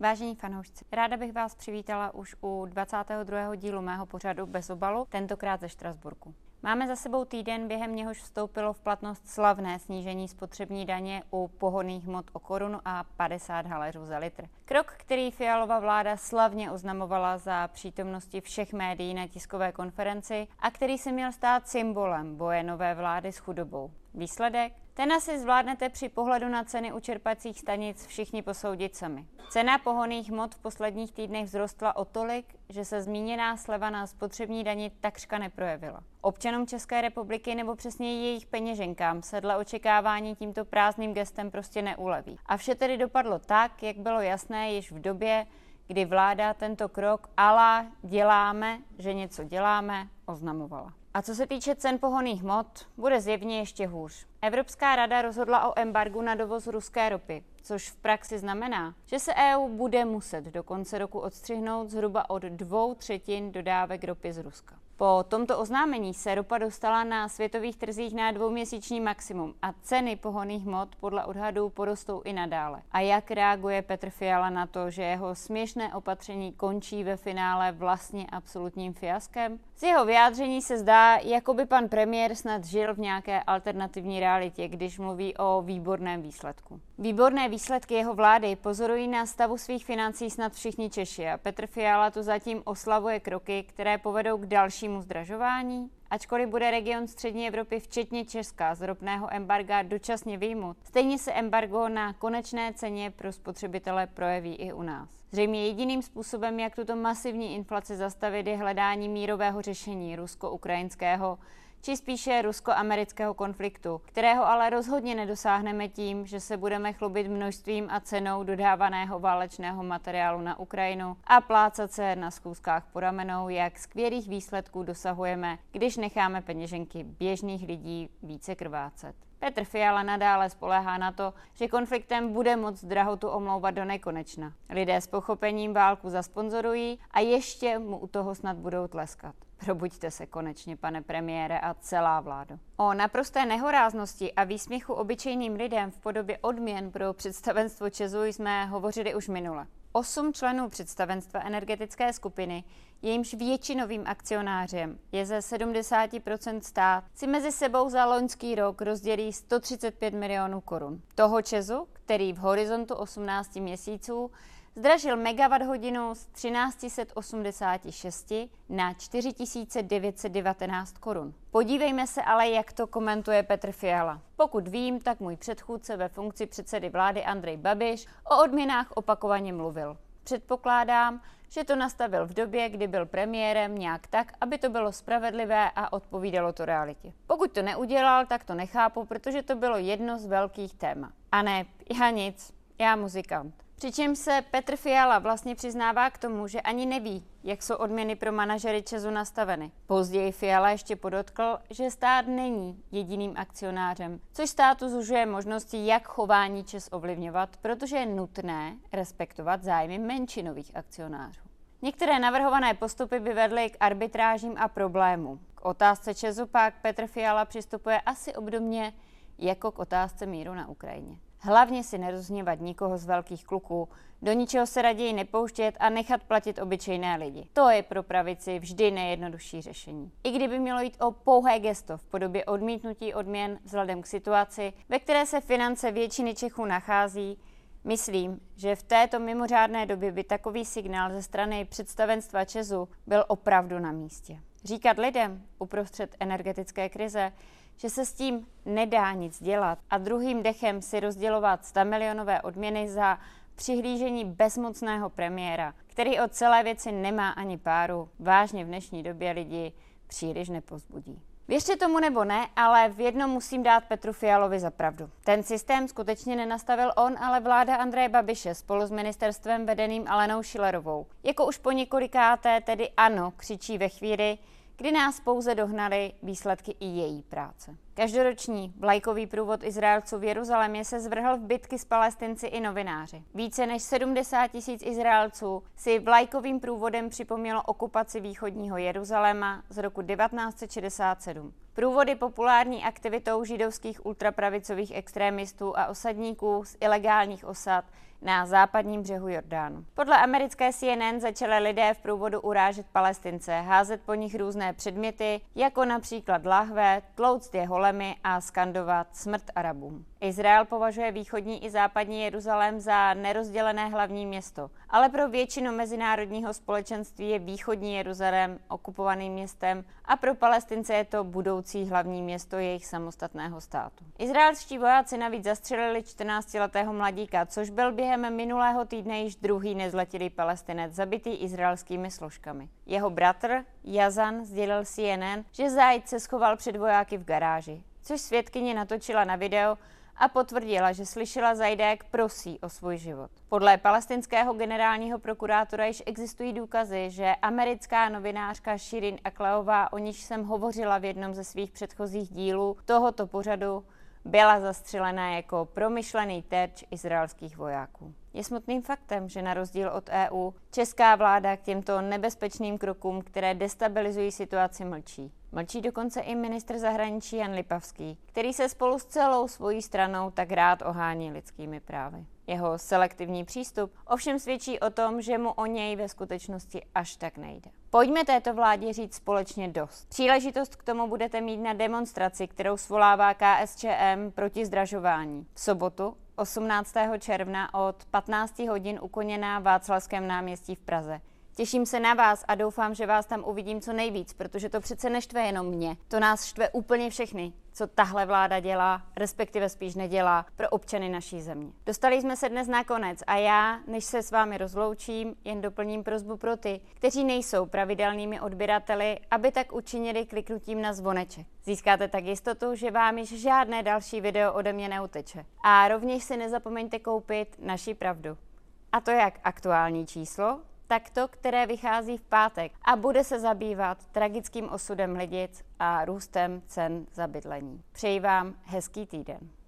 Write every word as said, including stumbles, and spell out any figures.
Vážení fanoušci, ráda bych vás přivítala už u dvacátého druhého dílu mého pořadu Bez obalu, tentokrát ze Štrasburku. Máme za sebou týden, během něhož vstoupilo v platnost slavné snížení spotřební daně u pohonných hmot o korunu a padesát haléřů za litr. Krok, který Fialova vláda slavně oznamovala za přítomnosti všech médií na tiskové konferenci a který se měl stát symbolem boje nové vlády s chudobou. Výsledek? Ten asi zvládnete při pohledu na ceny u čerpacích stanic všichni posoudit sami. Cena pohonných hmot v posledních týdnech vzrostla o tolik, že se zmíněná sleva na spotřební dani takřka neprojevila. Občanům České republiky nebo přesně jejich peněženkám se dle očekávání tímto prázdným gestem prostě neuleví. A vše tedy dopadlo tak, jak bylo jasné již v době, kdy vláda tento krok ala děláme, že něco děláme, oznamovala. A co se týče cen pohonných hmot, bude zjevně ještě hůř. Evropská rada rozhodla o embargu na dovoz ruské ropy, což v praxi znamená, že se E U bude muset do konce roku odstřihnout zhruba od dvou třetin dodávek ropy z Ruska. Po tomto oznámení se ropa dostala na světových trzích na dvouměsíční maximum a ceny pohonných hmot podle odhadů porostou i nadále. A jak reaguje Petr Fiala na to, že jeho směšné opatření končí ve finále vlastně absolutním fiaskem? Z jeho vyjádření se zdá, jako by pan premiér snad žil v nějaké alternativní realitě, když mluví o výborném výsledku. Výborné výsledky jeho vlády pozorují na stavu svých financí snad všichni Češi a Petr Fiala tu zatím oslavuje kroky, které povedou k dalšímu zdražování. Ačkoliv bude region střední Evropy, včetně Česka, z ropného embarga dočasně vyjmut, stejně se embargo na konečné ceně pro spotřebitele projeví i u nás. Zřejmě jediným způsobem, jak tuto masivní inflaci zastavit, je hledání mírového řešení rusko-ukrajinského, či spíše rusko-amerického konfliktu, kterého ale rozhodně nedosáhneme tím, že se budeme chlubit množstvím a cenou dodávaného válečného materiálu na Ukrajinu a plácat se na schůzkách po ramenou, jak skvělých výsledků dosahujeme, když necháme peněženky běžných lidí více krvácet. Petr Fiala nadále spoléhá na to, že konfliktem bude moc drahotu omlouvat do nekonečna. Lidé s pochopením válku zasponzorují a ještě mu u toho snad budou tleskat. Probuďte se konečně, pane premiére a celá vládo. O naprosté nehoráznosti a výsměchu obyčejným lidem v podobě odměn pro představenstvo ČEZu jsme hovořili už minule. Osm členů představenstva energetické skupiny, jejímž většinovým akcionářem je ze sedmdesát procent stát, si mezi sebou za loňský rok rozdělí sto třicet pět milionů korun. Toho ČEZu, který v horizontu osmnácti měsíců zdražil megawatt hodinu z tisíc tři sta osmdesát šest na čtyři tisíce devět set devatenáct korun. Podívejme se ale, jak to komentuje Petr Fiala. Pokud vím, tak můj předchůdce ve funkci předsedy vlády Andrej Babiš o odměnách opakovaně mluvil. Předpokládám, že to nastavil v době, kdy byl premiérem nějak tak, aby to bylo spravedlivé a odpovídalo to realitě. Pokud to neudělal, tak to nechápu, protože to bylo jedno z velkých témat. A ne, já nic, já muzikant. Přičemž se Petr Fiala vlastně přiznává k tomu, že ani neví, jak jsou odměny pro manažery ČEZu nastaveny. Později Fiala ještě podotkl, že stát není jediným akcionářem, což státu zužuje možnosti, jak chování ČEZ ovlivňovat, protože je nutné respektovat zájmy menšinových akcionářů. Některé navrhované postupy by vedly k arbitrážím a problémům. K otázce ČEZu pak Petr Fiala přistupuje asi obdobně jako k otázce míru na Ukrajině. Hlavně si nerozhněvat nikoho z velkých kluků, do ničeho se raději nepouštět a nechat platit obyčejné lidi. To je pro pravici vždy nejjednodušší řešení. I kdyby mělo jít o pouhé gesto v podobě odmítnutí odměn vzhledem k situaci, ve které se finance většiny Čechů nachází, myslím, že v této mimořádné době by takový signál ze strany představenstva ČEZu byl opravdu na místě. Říkat lidem uprostřed energetické krize, že se s tím nedá nic dělat a druhým dechem si rozdělovat stamilionové odměny za přihlížení bezmocného premiéra, který o celé věci nemá ani páru, vážně v dnešní době lidi příliš nepovzbudí. Věřte tomu nebo ne, ale v jednom musím dát Petru Fialovi za pravdu. Ten systém skutečně nenastavil on, ale vláda Andreje Babiše spolu s ministerstvem vedeným Alenou Schillerovou. Jako už po několikáté, tedy ano, křičí ve chvíli, kdy nás pouze dohnaly výsledky i její práce. Každoroční vlajkový průvod Izraelců v Jeruzalémě se zvrhl v bitky s Palestinci i novináři. Více než sedmdesát tisíc Izraelců si vlajkovým průvodem připomnělo okupaci východního Jeruzaléma z roku devatenáct set šedesát sedm. Průvody populární aktivitou židovských ultrapravicových extrémistů a osadníků z ilegálních osad na západním břehu Jordánu. Podle americké C N N začali lidé v průvodu urážet Palestince, házet po nich různé předměty, jako například lahve, tlouct je holemi a skandovat smrt Arabům. Izrael považuje východní i západní Jeruzalém za nerozdělené hlavní město, ale pro většinu mezinárodního společenství je východní Jeruzalém okupovaným městem a pro Palestince je to budoucí hlavní město jejich samostatného státu. Izraelští vojáci navíc zastřelili čtrnáctiletého mladíka, což byl během minulého týdne již druhý nezletilý Palestinec zabitý izraelskými složkami. Jeho bratr Yazan sdělil C N N, že Zaid se schoval před vojáky v garáži, což svědkyně natočila na video a potvrdila, že slyšela Zaida, jak prosí o svůj život. Podle palestinského generálního prokurátora již existují důkazy, že americká novinářka Shirin Aklaová, o níž jsem hovořila v jednom ze svých předchozích dílů tohoto pořadu, byla zastřelená jako promyšlený terč izraelských vojáků. Je smutným faktem, že na rozdíl od E U česká vláda k těmto nebezpečným krokům, které destabilizují situaci, mlčí. Mlčí dokonce i ministr zahraničí Jan Lipavský, který se spolu s celou svojí stranou tak rád ohání lidskými právy. Jeho selektivní přístup ovšem svědčí o tom, že mu o něj ve skutečnosti až tak nejde. Pojďme této vládě říct společně dost. Příležitost k tomu budete mít na demonstraci, kterou svolává K S Č M proti zdražování. V sobotu osmnáctého června od patnácti hodin u koně na Václavském náměstí v Praze. Těším se na vás a doufám, že vás tam uvidím co nejvíc, protože to přece neštve jenom mě. To nás štve úplně všechny, co tahle vláda dělá, respektive spíš nedělá pro občany naší země. Dostali jsme se dnes na konec a já, než se s vámi rozloučím, jen doplním prosbu pro ty, kteří nejsou pravidelnými odběrateli, aby tak učinili kliknutím na zvoneček. Získáte tak jistotu, že vám již žádné další video ode mě neuteče. A rovněž si nezapomeňte koupit Naši pravdu. A to jak aktuální číslo, tak to, které vychází v pátek a bude se zabývat tragickým osudem Lidic a růstem cen za bydlení. Přeji vám hezký týden.